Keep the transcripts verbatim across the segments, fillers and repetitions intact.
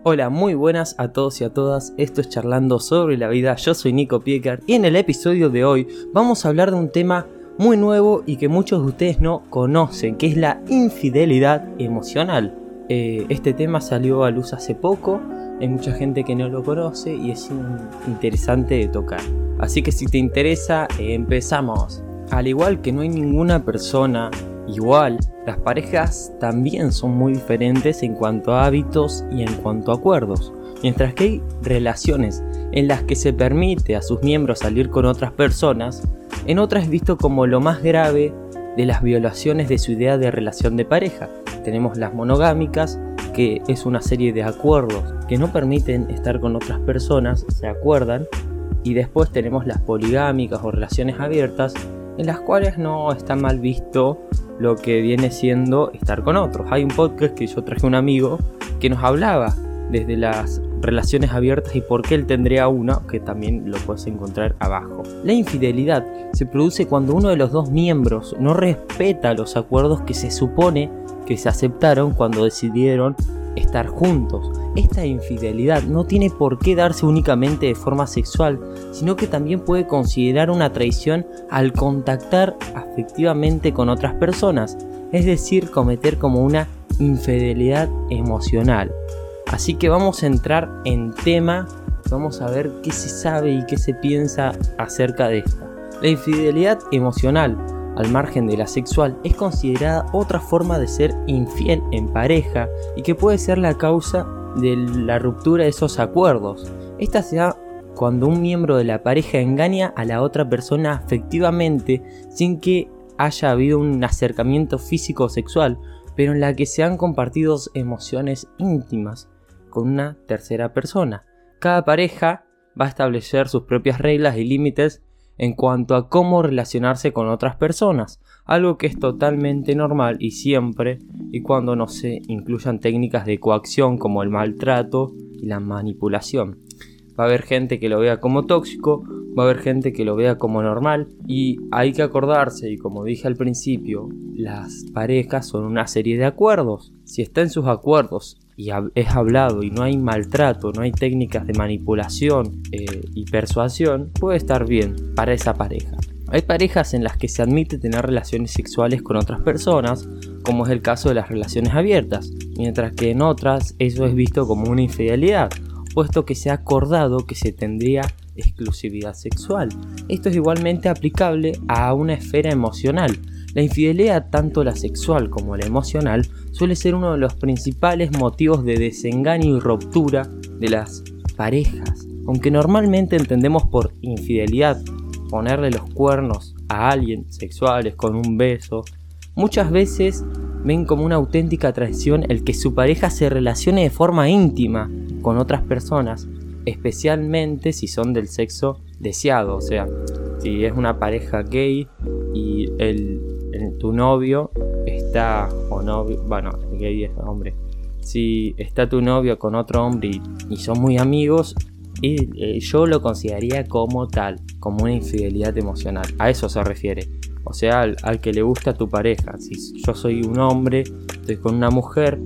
Hola, muy buenas a todos y a todas, esto es Charlando sobre la vida, yo soy Nico Piecar y en el episodio de hoy vamos a hablar de un tema muy nuevo y que muchos de ustedes no conocen, que es la infidelidad emocional. Eh, este tema salió a luz hace poco, hay mucha gente que no lo conoce y es interesante de tocar. Así que si te interesa, eh, empezamos. Al igual que no hay ninguna persona igual, las parejas también son muy diferentes en cuanto a hábitos y en cuanto a acuerdos. Mientras que hay relaciones en las que se permite a sus miembros salir con otras personas, en otras es visto como lo más grave de las violaciones de su idea de relación de pareja. Tenemos las monogámicas, que es una serie de acuerdos que no permiten estar con otras personas, se acuerdan, y después tenemos las poligámicas o relaciones abiertas, en las cuales no está mal visto lo que viene siendo estar con otros. Hay un podcast que yo traje a un amigo que nos hablaba desde las relaciones abiertas y por qué él tendría una, que también lo puedes encontrar abajo. La infidelidad se produce cuando uno de los dos miembros no respeta los acuerdos que se supone que se aceptaron cuando decidieron estar juntos. Esta infidelidad no tiene por qué darse únicamente de forma sexual, sino que también puede considerar una traición al contactar afectivamente con otras personas, es decir, cometer como una infidelidad emocional. Así que vamos a entrar en tema, vamos a ver qué se sabe y qué se piensa acerca de esta. La infidelidad emocional, al margen de la sexual, es considerada otra forma de ser infiel en pareja y que puede ser la causa de la ruptura de esos acuerdos. Esta se da cuando un miembro de la pareja engaña a la otra persona afectivamente sin que haya habido un acercamiento físico o sexual, pero en la que se han compartido emociones íntimas con una tercera persona. Cada pareja va a establecer sus propias reglas y límites en cuanto a cómo relacionarse con otras personas, algo que es totalmente normal y siempre y cuando no se incluyan técnicas de coacción como el maltrato y la manipulación. Va a haber gente que lo vea como tóxico, va a haber gente que lo vea como normal y hay que acordarse, y como dije al principio, las parejas son una serie de acuerdos. Si está en sus acuerdos y es hablado y no hay maltrato, no hay técnicas de manipulación eh, y persuasión, puede estar bien para esa pareja. Hay parejas en las que se admite tener relaciones sexuales con otras personas, como es el caso de las relaciones abiertas, mientras que en otras eso es visto como una infidelidad, puesto que se ha acordado que se tendría exclusividad sexual. Esto es igualmente aplicable a una esfera emocional. La infidelidad, tanto la sexual como la emocional, suele ser uno de los principales motivos de desengaño y ruptura de las parejas. Aunque normalmente entendemos por infidelidad ponerle los cuernos a alguien sexuales con un beso, muchas veces ven como una auténtica traición el que su pareja se relacione de forma íntima con otras personas, especialmente si son del sexo deseado. O sea, si es una pareja gay y el, el, tu novio está, o novio, bueno, gay es hombre, si está tu novio con otro hombre y, y son muy amigos, y, eh, yo lo consideraría como tal, como una infidelidad emocional. A eso se refiere. O sea, al, al que le gusta a tu pareja. Si yo soy un hombre, estoy con una mujer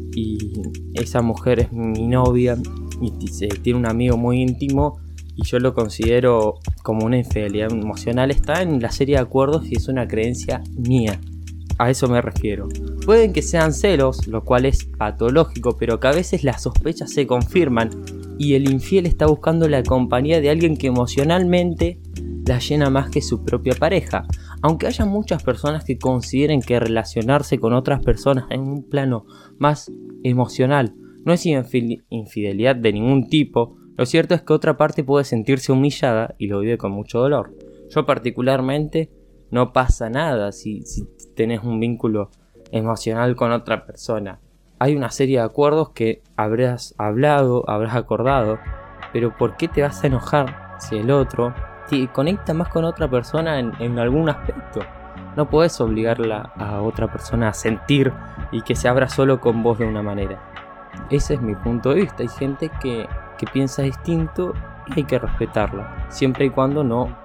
y esa mujer es mi novia y se tiene un amigo muy íntimo y yo lo considero como una infidelidad emocional, está en la serie de acuerdos y es una creencia mía. A eso me refiero. Pueden que sean celos, lo cual es patológico, pero que a veces las sospechas se confirman y el infiel está buscando la compañía de alguien que emocionalmente la llena más que su propia pareja. Aunque haya muchas personas que consideren que relacionarse con otras personas en un plano más emocional no es infidelidad de ningún tipo, lo cierto es que otra parte puede sentirse humillada y lo vive con mucho dolor. Yo particularmente no pasa nada si, si tenés un vínculo emocional con otra persona. Hay una serie de acuerdos que habrás hablado, habrás acordado, pero ¿por qué te vas a enojar si el otro te conecta más con otra persona en, en algún aspecto? No podés obligarla a otra persona a sentir y que se abra solo con vos de una manera. Ese es mi punto de vista. Hay gente que, que piensa distinto y hay que respetarla, siempre y cuando no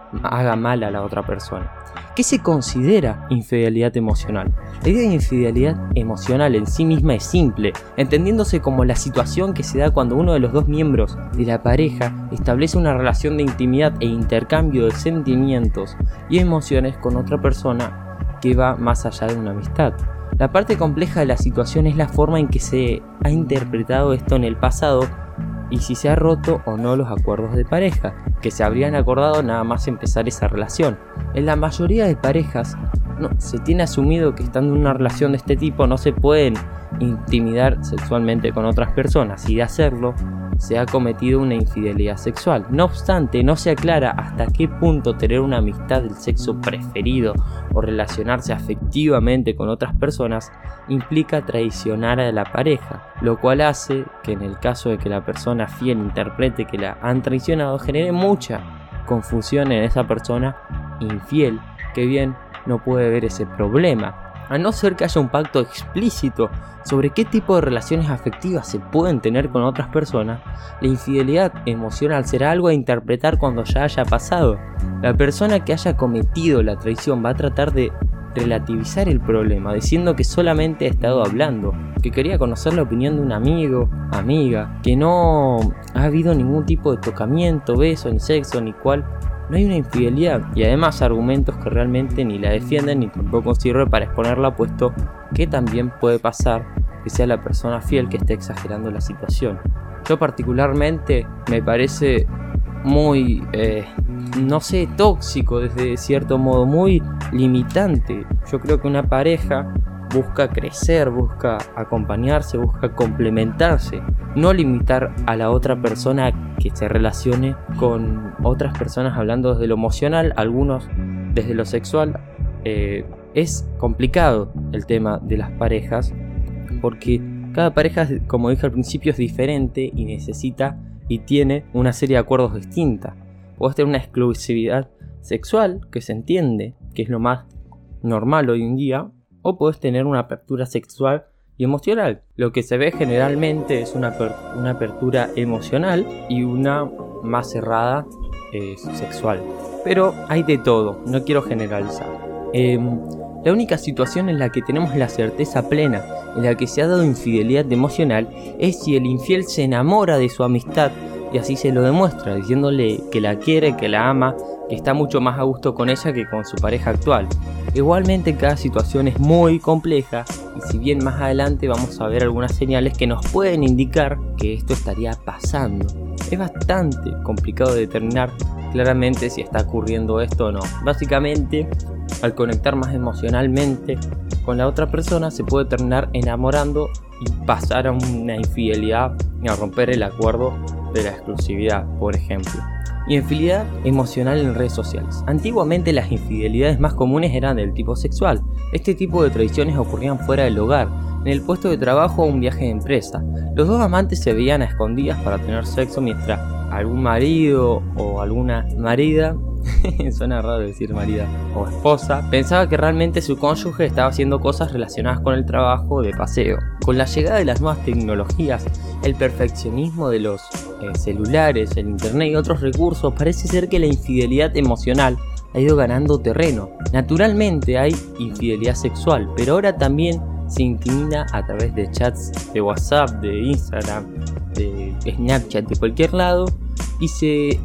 haga mal a la otra persona. ¿Qué se considera infidelidad emocional? La idea de infidelidad emocional en sí misma es simple, entendiéndose como la situación que se da cuando uno de los dos miembros de la pareja establece una relación de intimidad e intercambio de sentimientos y emociones con otra persona que va más allá de una amistad. La parte compleja de la situación es la forma en que se ha interpretado esto en el pasado y si se ha roto o no los acuerdos de pareja, que se habrían acordado nada más empezar esa relación. En la mayoría de parejas no, se tiene asumido que estando en una relación de este tipo no se pueden intimidar sexualmente con otras personas y de hacerlo se ha cometido una infidelidad sexual. No obstante, no se aclara hasta qué punto tener una amistad del sexo preferido o relacionarse afectivamente con otras personas implica traicionar a la pareja, lo cual hace que en el caso de que la persona fiel interprete que la han traicionado genere mucha confusión en esa persona infiel, que bien no puede ver ese problema. A no ser que haya un pacto explícito sobre qué tipo de relaciones afectivas se pueden tener con otras personas, la infidelidad emocional será algo a interpretar cuando ya haya pasado. La persona que haya cometido la traición va a tratar de relativizar el problema, diciendo que solamente ha estado hablando, que quería conocer la opinión de un amigo, amiga, que no ha habido ningún tipo de tocamiento, beso, ni sexo, ni cual. No hay una infidelidad, y además argumentos que realmente ni la defienden ni tampoco sirve para exponerla, puesto que también puede pasar que sea la persona fiel que esté exagerando la situación. Yo particularmente me parece muy, eh, no sé, tóxico desde cierto modo, muy limitante. Yo creo que una pareja busca crecer, busca acompañarse, busca complementarse, no limitar a la otra persona que se relacione con otras personas hablando desde lo emocional, algunos desde lo sexual. Eh, es complicado el tema de las parejas porque cada pareja, como dije al principio, es diferente y necesita y tiene una serie de acuerdos distintas. Puedes tener una exclusividad sexual, que se entiende, que es lo más normal hoy en día, o puedes tener una apertura sexual y emocional. Lo que se ve generalmente es una, per- una apertura emocional y una más cerrada eh, sexual. Pero hay de todo, no quiero generalizar. Eh, la única situación en la que tenemos la certeza plena en la que se ha dado infidelidad emocional es si el infiel se enamora de su amistad y así se lo demuestra, diciéndole que la quiere, que la ama, que está mucho más a gusto con ella que con su pareja actual. Igualmente cada situación es muy compleja y si bien más adelante vamos a ver algunas señales que nos pueden indicar que esto estaría pasando. Es bastante complicado de determinar claramente si está ocurriendo esto o no. Básicamente, al conectar más emocionalmente con la otra persona se puede terminar enamorando y pasar a una infidelidad y a romper el acuerdo de la exclusividad, por ejemplo. Infidelidad emocional en redes sociales. Antiguamente las infidelidades más comunes eran del tipo sexual. Este tipo de traiciones ocurrían fuera del hogar, en el puesto de trabajo o un viaje de empresa. Los dos amantes se veían a escondidas para tener sexo mientras algún marido o alguna marida, suena raro decir marida o esposa, pensaba que realmente su cónyuge estaba haciendo cosas relacionadas con el trabajo de paseo. Con la llegada de las nuevas tecnologías, el perfeccionismo de los eh, celulares, el internet y otros recursos, parece ser que la infidelidad emocional ha ido ganando terreno. Naturalmente hay infidelidad sexual, pero ahora también se intimida a través de chats de WhatsApp, de Instagram, de Snapchat, de cualquier lado, y se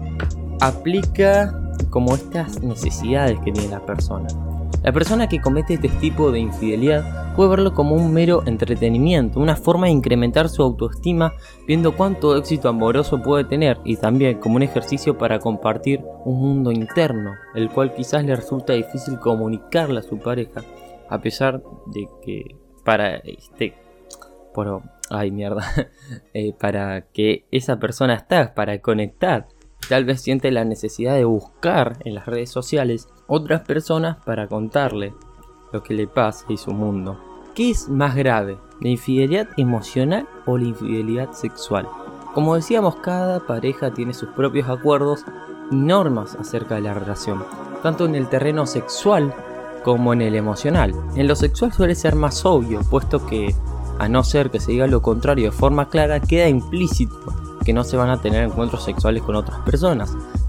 aplica como estas necesidades que tiene la persona. La persona que comete este tipo de infidelidad puede verlo como un mero entretenimiento, una forma de incrementar su autoestima viendo cuánto éxito amoroso puede tener, y también como un ejercicio para compartir un mundo interno, el cual quizás le resulta difícil comunicarle a su pareja, a pesar de que para este por ay mierda eh, para que esa persona está, para conectar. Tal vez siente la necesidad de buscar en las redes sociales otras personas para contarle lo que le pasa y su mundo. ¿Qué es más grave? ¿La infidelidad emocional o la infidelidad sexual? Como decíamos, cada pareja tiene sus propios acuerdos y normas acerca de la relación, tanto en el terreno sexual como en el emocional. En lo sexual suele ser más obvio, puesto que, a no ser que se diga lo contrario de forma clara, queda implícito que no se van a tener encuentros sexuales con otras personas.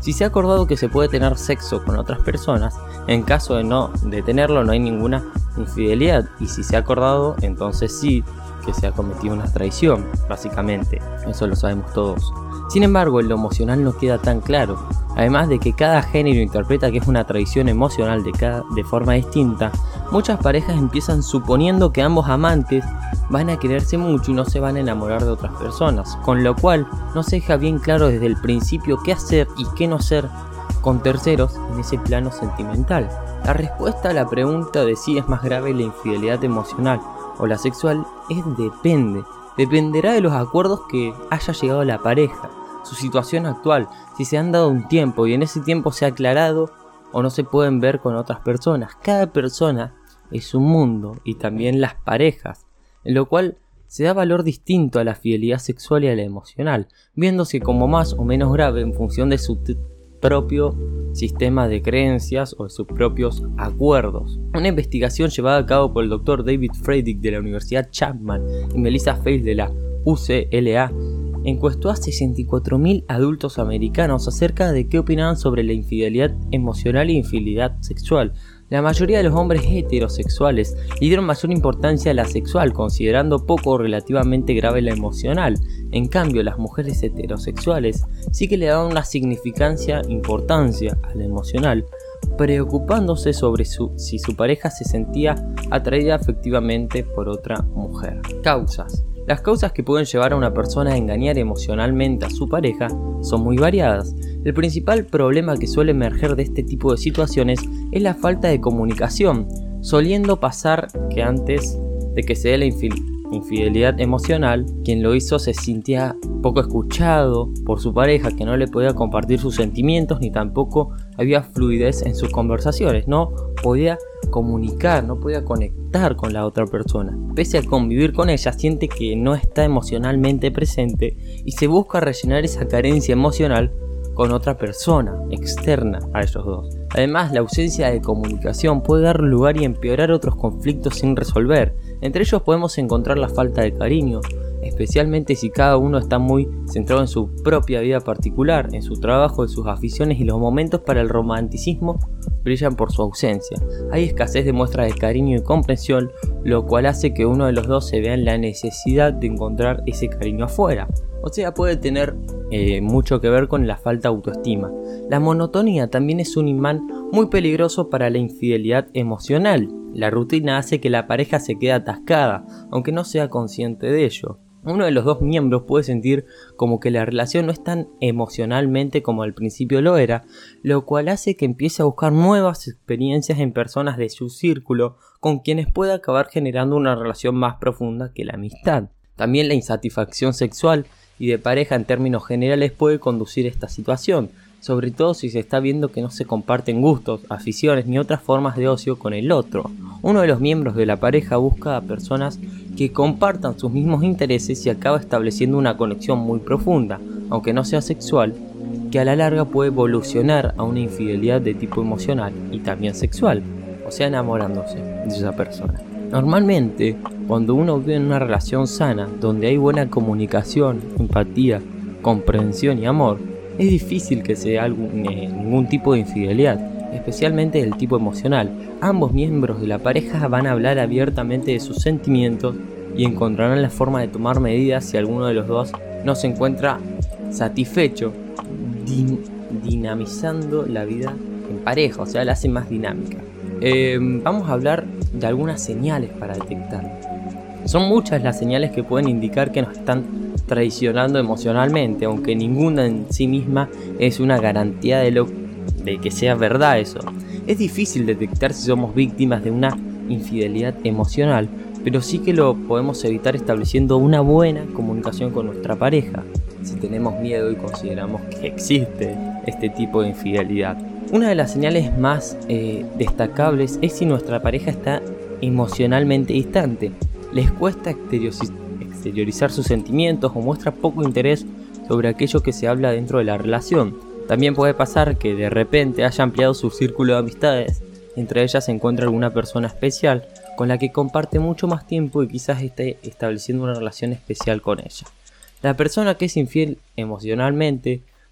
Si se ha acordado que se puede tener sexo con otras personas, en caso de no de tenerlo no hay ninguna infidelidad, y si se ha acordado, entonces sí que se ha cometido una traición, básicamente. Eso lo sabemos todos. Sin embargo, en lo emocional no queda tan claro. Además de que cada género interpreta que es una traición emocional de, cada, de forma distinta, muchas parejas empiezan suponiendo que ambos amantes van a quererse mucho y no se van a enamorar de otras personas, con lo cual no se deja bien claro desde el principio qué hacer y qué no hacer con terceros en ese plano sentimental. La respuesta a la pregunta de si es más grave la infidelidad emocional o la sexual es depende. Dependerá de los acuerdos que haya llegado la pareja, su situación actual, si se han dado un tiempo y en ese tiempo se ha aclarado o no se pueden ver con otras personas. Cada persona es un mundo y también las parejas, en lo cual se da valor distinto a la fidelidad sexual y a la emocional, viéndose como más o menos grave en función de su t- propio sistema de creencias o de sus propios acuerdos. Una investigación llevada a cabo por el doctor David Freidig de la Universidad Chapman y Melissa Face de la U C L A encuestó a sesenta y cuatro mil adultos americanos acerca de qué opinaban sobre la infidelidad emocional e infidelidad sexual. La mayoría de los hombres heterosexuales le dieron mayor importancia a la sexual, considerando poco o relativamente grave la emocional. En cambio, las mujeres heterosexuales sí que le daban una significancia, importancia a la emocional, preocupándose sobre su, si su pareja se sentía atraída afectivamente por otra mujer. Causas. Las causas que pueden llevar a una persona a engañar emocionalmente a su pareja son muy variadas. El principal problema que suele emerger de este tipo de situaciones es la falta de comunicación, soliendo pasar que antes de que se dé la infidelidad emocional, quien lo hizo se sentía poco escuchado por su pareja, que no le podía compartir sus sentimientos ni tampoco había fluidez en sus conversaciones, no podía comunicar, no podía conectar con la otra persona. Pese a convivir con ella, siente que no está emocionalmente presente y se busca rellenar esa carencia emocional con otra persona externa a ellos dos. Además, la ausencia de comunicación puede dar lugar y empeorar otros conflictos sin resolver. Entre ellos podemos encontrar la falta de cariño, especialmente si cada uno está muy centrado en su propia vida particular, en su trabajo, en sus aficiones, y los momentos para el romanticismo brillan por su ausencia. Hay escasez de muestras de cariño y comprensión, lo cual hace que uno de los dos se vea en la necesidad de encontrar ese cariño afuera. O sea, puede tener eh, mucho que ver con la falta de autoestima. La monotonía también es un imán muy peligroso para la infidelidad emocional. La rutina hace que la pareja se quede atascada, aunque no sea consciente de ello. Uno de los dos miembros puede sentir como que la relación no es tan emocionalmente como al principio lo era, lo cual hace que empiece a buscar nuevas experiencias en personas de su círculo con quienes pueda acabar generando una relación más profunda que la amistad. También la insatisfacción sexual y de pareja en términos generales puede conducir a esta situación, sobre todo si se está viendo que no se comparten gustos, aficiones ni otras formas de ocio con el otro. Uno de los miembros de la pareja busca a personas que compartan sus mismos intereses y acaba estableciendo una conexión muy profunda, aunque no sea sexual, que a la larga puede evolucionar a una infidelidad de tipo emocional y también sexual, o sea, enamorándose de esa persona. Normalmente, cuando uno vive en una relación sana, donde hay buena comunicación, empatía, comprensión y amor, es difícil que sea algún, eh, ningún tipo de infidelidad, especialmente del tipo emocional. Ambos miembros de la pareja van a hablar abiertamente de sus sentimientos y encontrarán la forma de tomar medidas si alguno de los dos no se encuentra satisfecho, din- dinamizando la vida en pareja, o sea, la hace más dinámica. Eh, vamos a hablar de algunas señales para detectarlo. Son muchas las señales que pueden indicar que nos están traicionando emocionalmente, aunque ninguna en sí misma es una garantía de, lo, de que sea verdad eso. Es difícil detectar si somos víctimas de una infidelidad emocional, pero sí que lo podemos evitar estableciendo una buena comunicación con nuestra pareja, si tenemos miedo y consideramos que existe este tipo de infidelidad. Una de las señales más eh, destacables es si nuestra pareja está emocionalmente distante, les cuesta exteriorizar sus sentimientos o muestra poco interés sobre aquello que se habla dentro de la relación. También puede pasar que de repente haya ampliado su círculo de amistades, entre ellas se encuentra alguna persona especial con la que comparte mucho más tiempo y quizás esté estableciendo una relación especial con ella. La persona que es infiel emocionalmente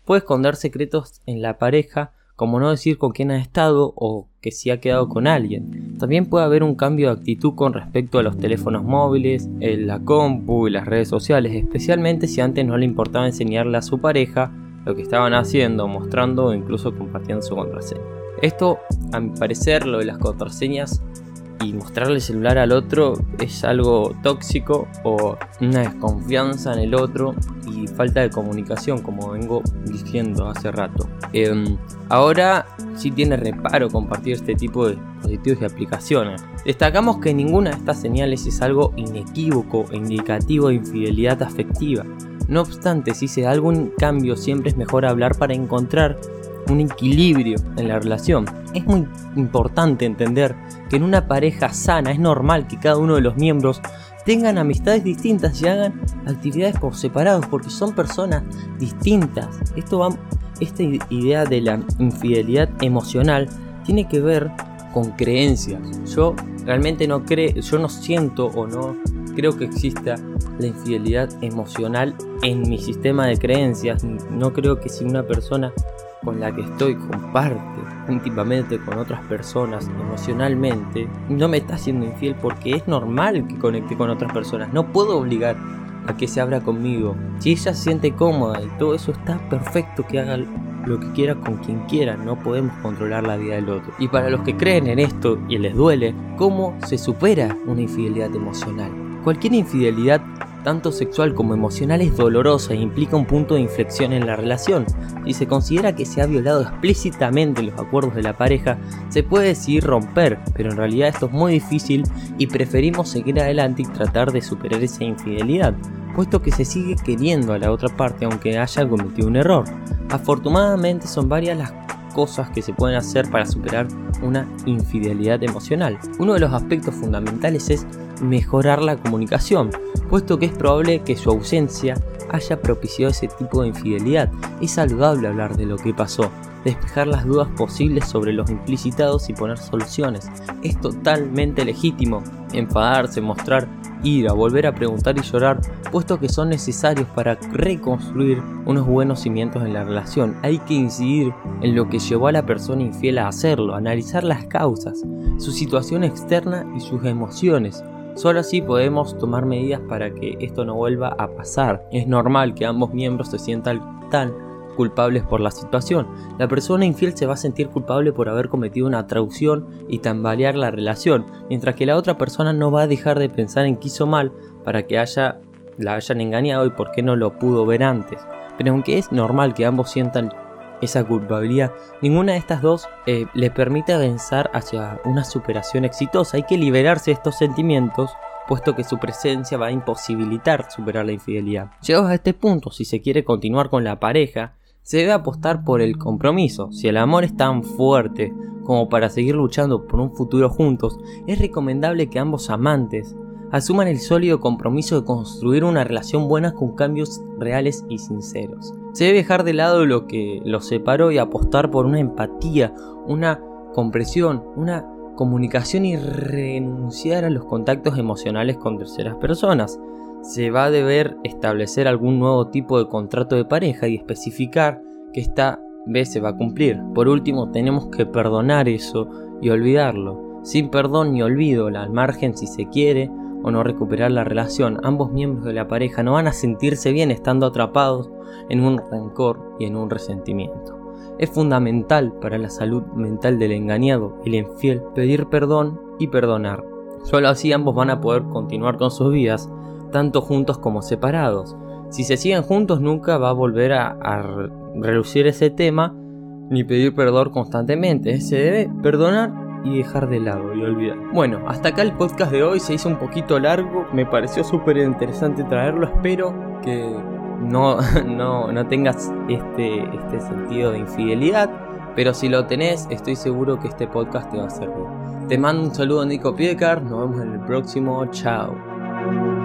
puede esconder secretos en la pareja, como no decir con quién ha estado o que si ha quedado con alguien. También puede haber un cambio de actitud con respecto a los teléfonos móviles, la compu y las redes sociales, especialmente si antes no le importaba enseñarle a su pareja lo que estaban haciendo, mostrando o incluso compartiendo su contraseña. Esto, a mi parecer, lo de las contraseñas y mostrarle el celular al otro es algo tóxico o una desconfianza en el otro y falta de comunicación, como vengo diciendo hace rato. Eh, ahora sí tiene reparo compartir este tipo de dispositivos y aplicaciones. Destacamos que ninguna de estas señales es algo inequívoco e indicativo de infidelidad afectiva. No obstante, si se da algún cambio, siempre es mejor hablar para encontrar un equilibrio en la relación. Es muy importante entender que en una pareja sana es normal que cada uno de los miembros tengan amistades distintas y hagan actividades por separados, porque son personas distintas. Esto va, esta idea de la infidelidad emocional tiene que ver con creencias. Yo realmente no creo, yo no siento o no creo que exista la infidelidad emocional en mi sistema de creencias. No creo que si una persona con la que estoy comparte íntimamente con otras personas emocionalmente, no me está haciendo infiel, porque es normal que conecte con otras personas. No puedo obligar a que se abra conmigo. Si ella se siente cómoda y todo eso, está perfecto que haga lo que quiera con quien quiera. No podemos controlar la vida del otro. Y para los que creen en esto y les duele, ¿cómo se supera una infidelidad emocional? Cualquier infidelidad, tanto sexual como emocional, es dolorosa e implica un punto de inflexión en la relación. Si se considera que se ha violado explícitamente los acuerdos de la pareja, se puede decidir romper, pero en realidad esto es muy difícil y preferimos seguir adelante y tratar de superar esa infidelidad, puesto que se sigue queriendo a la otra parte aunque haya cometido un error. Afortunadamente son varias las cosas que se pueden hacer para superar una infidelidad emocional. Uno de los aspectos fundamentales es mejorar la comunicación, puesto que es probable que su ausencia haya propiciado ese tipo de infidelidad. Es saludable hablar de lo que pasó, despejar las dudas posibles sobre los implicitados y poner soluciones. Es totalmente legítimo enfadarse, mostrar ira, volver a preguntar y llorar, puesto que son necesarios para reconstruir unos buenos cimientos en la relación. Hay que incidir en lo que llevó a la persona infiel a hacerlo, analizar las causas, su situación externa y sus emociones. Solo así podemos tomar medidas para que esto no vuelva a pasar. Es normal que ambos miembros se sientan tan culpables por la situación. La persona infiel se va a sentir culpable por haber cometido una traición y tambalear la relación, mientras que la otra persona no va a dejar de pensar en que hizo mal para que haya, la hayan engañado y por qué no lo pudo ver antes. Pero aunque es normal que ambos sientan esa culpabilidad, ninguna de estas dos eh, le permite avanzar hacia una superación exitosa. Hay que liberarse de estos sentimientos, puesto que su presencia va a imposibilitar superar la infidelidad. Llegados a este punto, si se quiere continuar con la pareja, se debe apostar por el compromiso. Si el amor es tan fuerte como para seguir luchando por un futuro juntos, es recomendable que ambos amantes asuman el sólido compromiso de construir una relación buena con cambios reales y sinceros. Se debe dejar de lado lo que los separó y apostar por una empatía, una comprensión, una comunicación y renunciar a los contactos emocionales con terceras personas. Se va a deber establecer algún nuevo tipo de contrato de pareja y especificar que esta vez se va a cumplir. Por último, tenemos que perdonar eso y olvidarlo. Sin perdón ni olvido, al margen si se quiere o no recuperar la relación, ambos miembros de la pareja no van a sentirse bien estando atrapados en un rencor y en un resentimiento. Es fundamental para la salud mental del engañado y el infiel pedir perdón y perdonar. Solo así ambos van a poder continuar con sus vidas, tanto juntos como separados. Si se siguen juntos, nunca va a volver a, a relucir ese tema ni pedir perdón constantemente. Se debe perdonar y dejar de lado y olvidar. Bueno, hasta acá el podcast de hoy. Se hizo un poquito largo, me pareció súper interesante traerlo. Espero que no, no, no tengas este, este sentido de infidelidad, pero si lo tenés, estoy seguro que este podcast te va a servir. Te mando un saludo, Nico Piekar, nos vemos en el próximo. Chao.